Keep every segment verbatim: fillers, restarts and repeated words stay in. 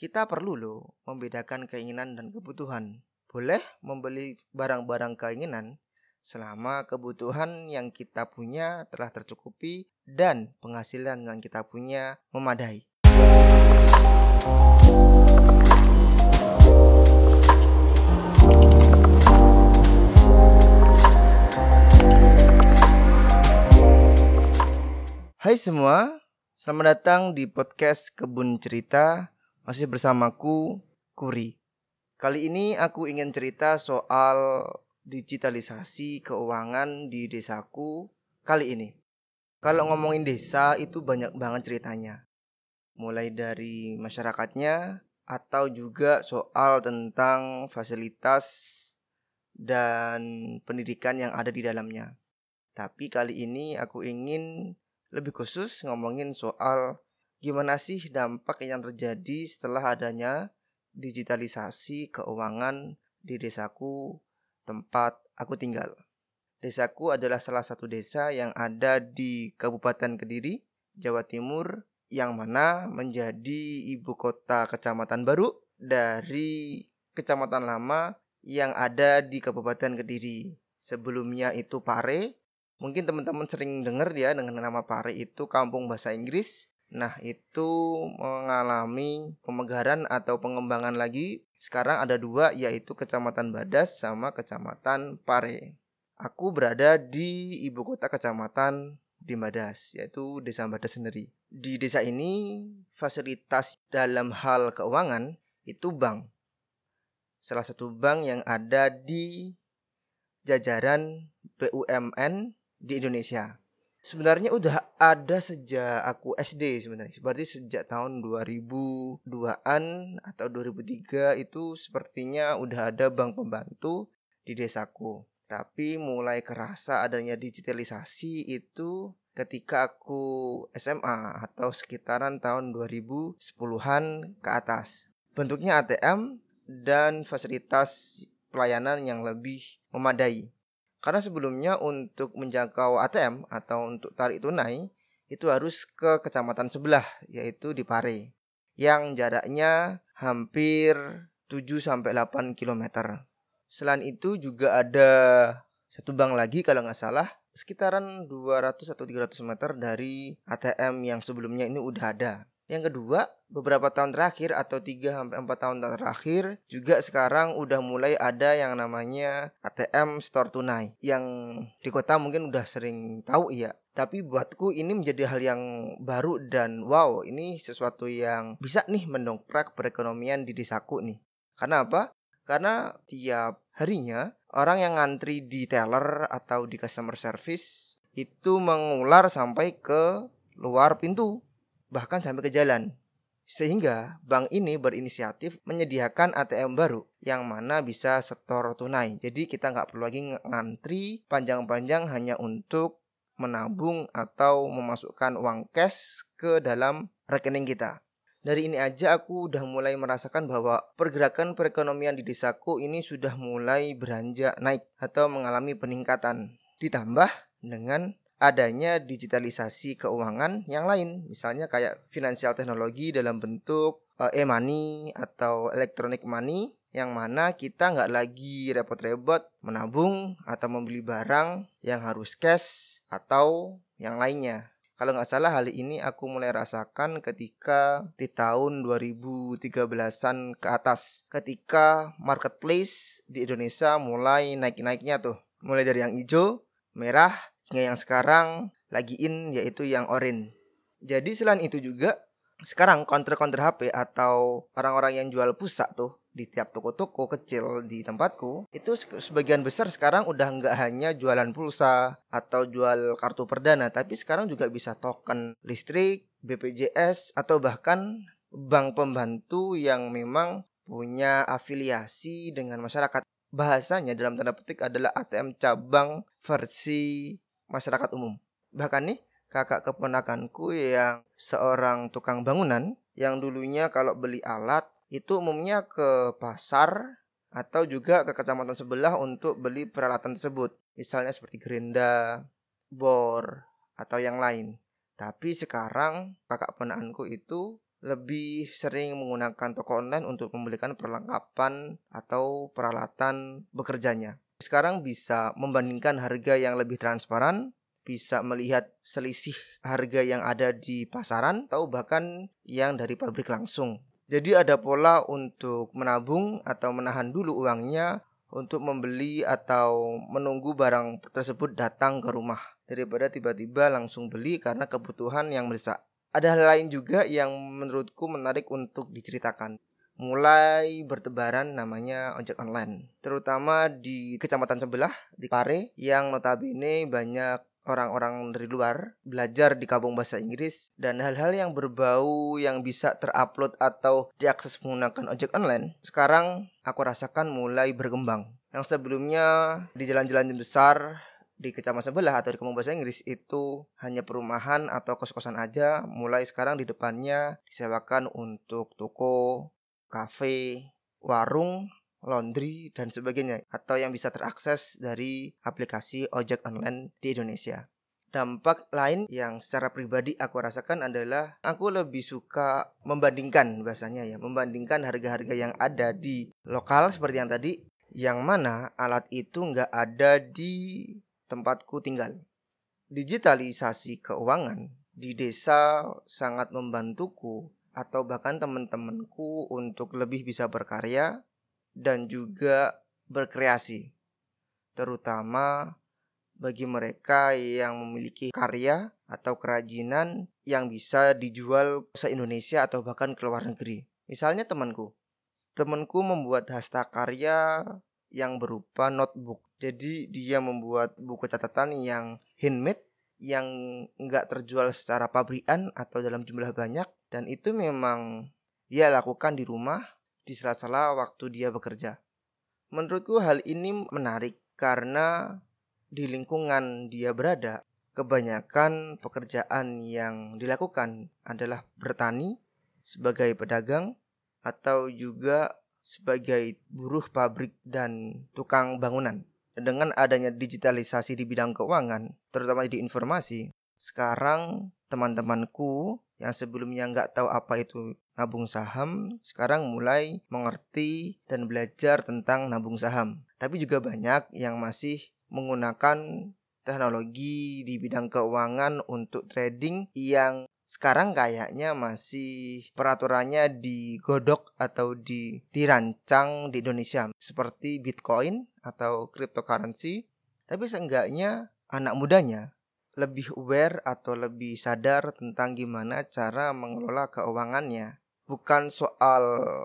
Kita perlu loh membedakan keinginan dan kebutuhan. Boleh membeli barang-barang keinginan selama kebutuhan yang kita punya telah tercukupi dan penghasilan yang kita punya memadai. Hai semua, selamat datang di podcast Kebun Cerita. Masih bersamaku, Kuri. Kali ini aku ingin cerita soal digitalisasi keuangan di desaku kali ini. Kalau ngomongin desa itu banyak banget ceritanya. Mulai dari masyarakatnya atau juga soal tentang fasilitas dan pendidikan yang ada di dalamnya. Tapi kali ini aku ingin lebih khusus ngomongin soal gimana sih dampak yang terjadi setelah adanya digitalisasi keuangan di desaku tempat aku tinggal. Desaku adalah salah satu desa yang ada di Kabupaten Kediri, Jawa Timur, yang mana menjadi ibu kota kecamatan baru dari kecamatan lama yang ada di Kabupaten Kediri. Sebelumnya itu Pare. Mungkin teman-teman sering dengar ya dengan nama Pare itu kampung bahasa Inggris. Nah, itu mengalami pemegaran atau pengembangan lagi. Sekarang ada dua, yaitu Kecamatan Badas sama Kecamatan Pare. Aku berada di ibu kota kecamatan di Badas, yaitu Desa Badas sendiri. Di desa ini, fasilitas dalam hal keuangan itu bank. Salah satu bank yang ada di jajaran B U M N di Indonesia. Sebenarnya udah ada sejak aku S D sebenarnya. Berarti sejak tahun dua ribu dua-an atau dua ribu tiga itu sepertinya udah ada bank pembantu di desaku. Tapi mulai kerasa adanya digitalisasi itu ketika aku S M A atau sekitaran tahun dua ribu sepuluhan ke atas. Bentuknya A T M dan fasilitas pelayanan yang lebih memadai. Karena sebelumnya untuk menjangkau A T M atau untuk tarik tunai itu harus ke kecamatan sebelah, yaitu di Pare, yang jaraknya hampir tujuh sampai delapan kilometer. Selain itu juga ada satu bank lagi kalau nggak salah, sekitaran dua ratus atau tiga ratus meter dari A T M yang sebelumnya ini udah ada. Yang kedua, beberapa tahun terakhir atau tiga sampai empat tahun terakhir juga sekarang udah mulai ada yang namanya A T M store tunai. Yang di kota mungkin udah sering tahu ya. Tapi buatku ini menjadi hal yang baru dan wow, ini sesuatu yang bisa nih mendongkrak perekonomian di desaku nih. Karena apa? Karena tiap harinya orang yang ngantri di teller atau di customer service itu mengular sampai ke luar pintu, bahkan sampai ke jalan. Sehingga bank ini berinisiatif menyediakan A T M baru yang mana bisa setor tunai. Jadi kita nggak perlu lagi ngantri panjang-panjang hanya untuk menabung atau memasukkan uang cash ke dalam rekening kita. Dari ini aja aku udah mulai merasakan bahwa pergerakan perekonomian di desaku ini sudah mulai beranjak naik atau mengalami peningkatan. Ditambah dengan adanya digitalisasi keuangan yang lain, misalnya kayak finansial teknologi dalam bentuk uh, e-money atau electronic money, yang mana kita nggak lagi repot-repot menabung atau membeli barang yang harus cash atau yang lainnya. Kalau nggak salah hal ini aku mulai rasakan ketika di tahun dua ribu tiga belasan ke atas, ketika marketplace di Indonesia mulai naik-naiknya tuh, mulai dari yang hijau, merah, yang sekarang lagi in yaitu yang orange. Jadi selain itu juga sekarang counter-counter H P atau orang-orang yang jual pulsa tuh di tiap toko-toko kecil di tempatku itu sebagian besar sekarang udah nggak hanya jualan pulsa atau jual kartu perdana, tapi sekarang juga bisa token listrik, B P J S atau bahkan bank pembantu yang memang punya afiliasi dengan masyarakat. Bahasanya dalam tanda petik adalah A T M cabang versi masyarakat umum. Bahkan nih kakak keponakanku yang seorang tukang bangunan yang dulunya kalau beli alat itu umumnya ke pasar atau juga ke kecamatan sebelah untuk beli peralatan tersebut. Misalnya seperti gerenda, bor, atau yang lain. Tapi sekarang kakak keponakanku itu lebih sering menggunakan toko online untuk membelikan perlengkapan atau peralatan bekerjanya. Sekarang bisa membandingkan harga yang lebih transparan, bisa melihat selisih harga yang ada di pasaran atau bahkan yang dari pabrik langsung. Jadi ada pola untuk menabung atau menahan dulu uangnya untuk membeli atau menunggu barang tersebut datang ke rumah daripada tiba-tiba langsung beli karena kebutuhan yang mendesak. Ada hal lain juga yang menurutku menarik untuk diceritakan. Mulai bertebaran namanya ojek online, terutama di kecamatan sebelah, di Pare, yang notabene banyak orang-orang dari luar belajar di kampung bahasa Inggris, dan hal-hal yang berbau yang bisa terupload atau diakses menggunakan ojek online sekarang aku rasakan mulai berkembang. Yang sebelumnya di jalan-jalan besar di kecamatan sebelah atau di kampung bahasa Inggris itu hanya perumahan atau kos-kosan aja, mulai sekarang di depannya disewakan untuk toko, kafe, warung, laundry, dan sebagainya, atau yang bisa terakses dari aplikasi ojek online di Indonesia. Dampak lain yang secara pribadi aku rasakan adalah aku lebih suka membandingkan, bahasanya ya, membandingkan harga-harga yang ada di lokal seperti yang tadi, yang mana alat itu nggak ada di tempatku tinggal. Digitalisasi keuangan di desa sangat membantuku atau bahkan teman-temanku untuk lebih bisa berkarya dan juga berkreasi, terutama bagi mereka yang memiliki karya atau kerajinan yang bisa dijual se-Indonesia atau bahkan ke luar negeri. Misalnya temanku, temanku membuat hasta karya yang berupa notebook. Jadi dia membuat buku catatan yang handmade, yang nggak terjual secara pabrikan atau dalam jumlah banyak, dan itu memang dia lakukan di rumah di sela-sela waktu dia bekerja. Menurutku hal ini menarik karena di lingkungan dia berada, kebanyakan pekerjaan yang dilakukan adalah bertani, sebagai pedagang, atau juga sebagai buruh pabrik dan tukang bangunan. Dengan adanya digitalisasi di bidang keuangan, terutama di informasi, sekarang teman-temanku yang sebelumnya nggak tahu apa itu nabung saham, sekarang mulai mengerti dan belajar tentang nabung saham. Tapi juga banyak yang masih menggunakan teknologi di bidang keuangan untuk trading yang sekarang kayaknya masih peraturannya digodok atau di, dirancang di Indonesia seperti Bitcoin atau cryptocurrency. Tapi seenggaknya anak mudanya lebih aware atau lebih sadar tentang gimana cara mengelola keuangannya. Bukan soal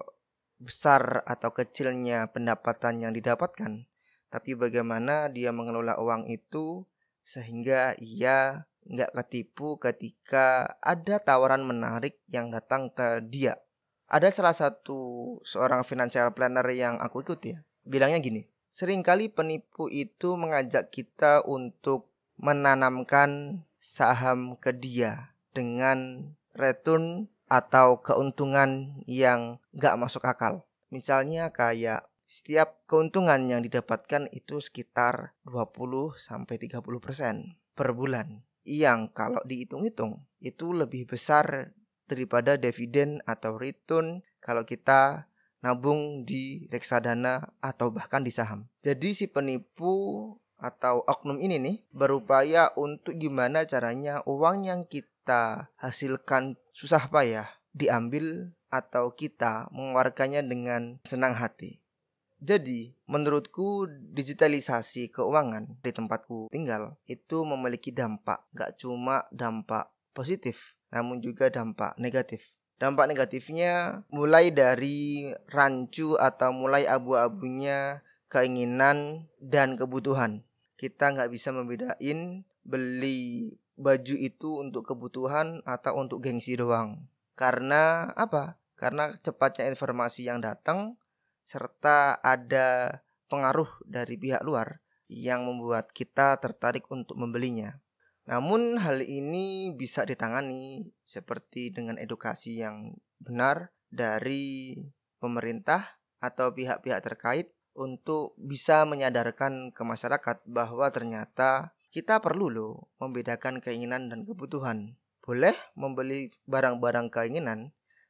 besar atau kecilnya pendapatan yang didapatkan, tapi bagaimana dia mengelola uang itu sehingga ia nggak ketipu ketika ada tawaran menarik yang datang ke dia. Ada salah satu seorang financial planner yang aku ikuti ya, bilangnya gini, seringkali penipu itu mengajak kita untuk menanamkan saham ke dia dengan return atau keuntungan yang nggak masuk akal. Misalnya kayak setiap keuntungan yang didapatkan itu sekitar dua puluh sampai tiga puluh persen per bulan, yang kalau dihitung-hitung itu lebih besar daripada dividen atau return kalau kita nabung di reksadana atau bahkan di saham. Jadi si penipu atau oknum ini nih berupaya untuk gimana caranya uang yang kita hasilkan susah payah diambil atau kita mengeluarkannya dengan senang hati. Jadi, menurutku digitalisasi keuangan di tempatku tinggal itu memiliki dampak, gak cuma dampak positif, namun juga dampak negatif. Dampak negatifnya mulai dari rancu atau mulai abu-abunya keinginan dan kebutuhan. Kita gak bisa membedain beli baju itu untuk kebutuhan atau untuk gengsi doang. Karena apa? Karena cepatnya informasi yang datang serta ada pengaruh dari pihak luar yang membuat kita tertarik untuk membelinya. Namun hal ini bisa ditangani seperti dengan edukasi yang benar dari pemerintah atau pihak-pihak terkait untuk bisa menyadarkan ke masyarakat bahwa ternyata kita perlu loh membedakan keinginan dan kebutuhan. Boleh membeli barang-barang keinginan,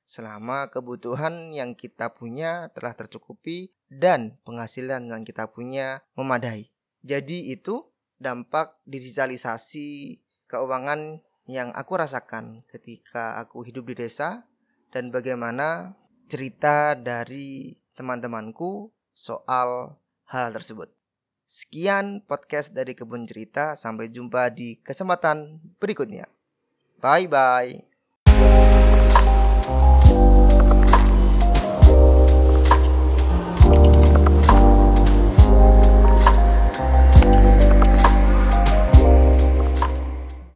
selama kebutuhan yang kita punya telah tercukupi dan penghasilan yang kita punya memadai. Jadi itu dampak digitalisasi keuangan yang aku rasakan ketika aku hidup di desa dan bagaimana cerita dari teman-temanku soal hal tersebut. Sekian podcast dari Kebun Cerita, sampai jumpa di kesempatan berikutnya. Bye bye.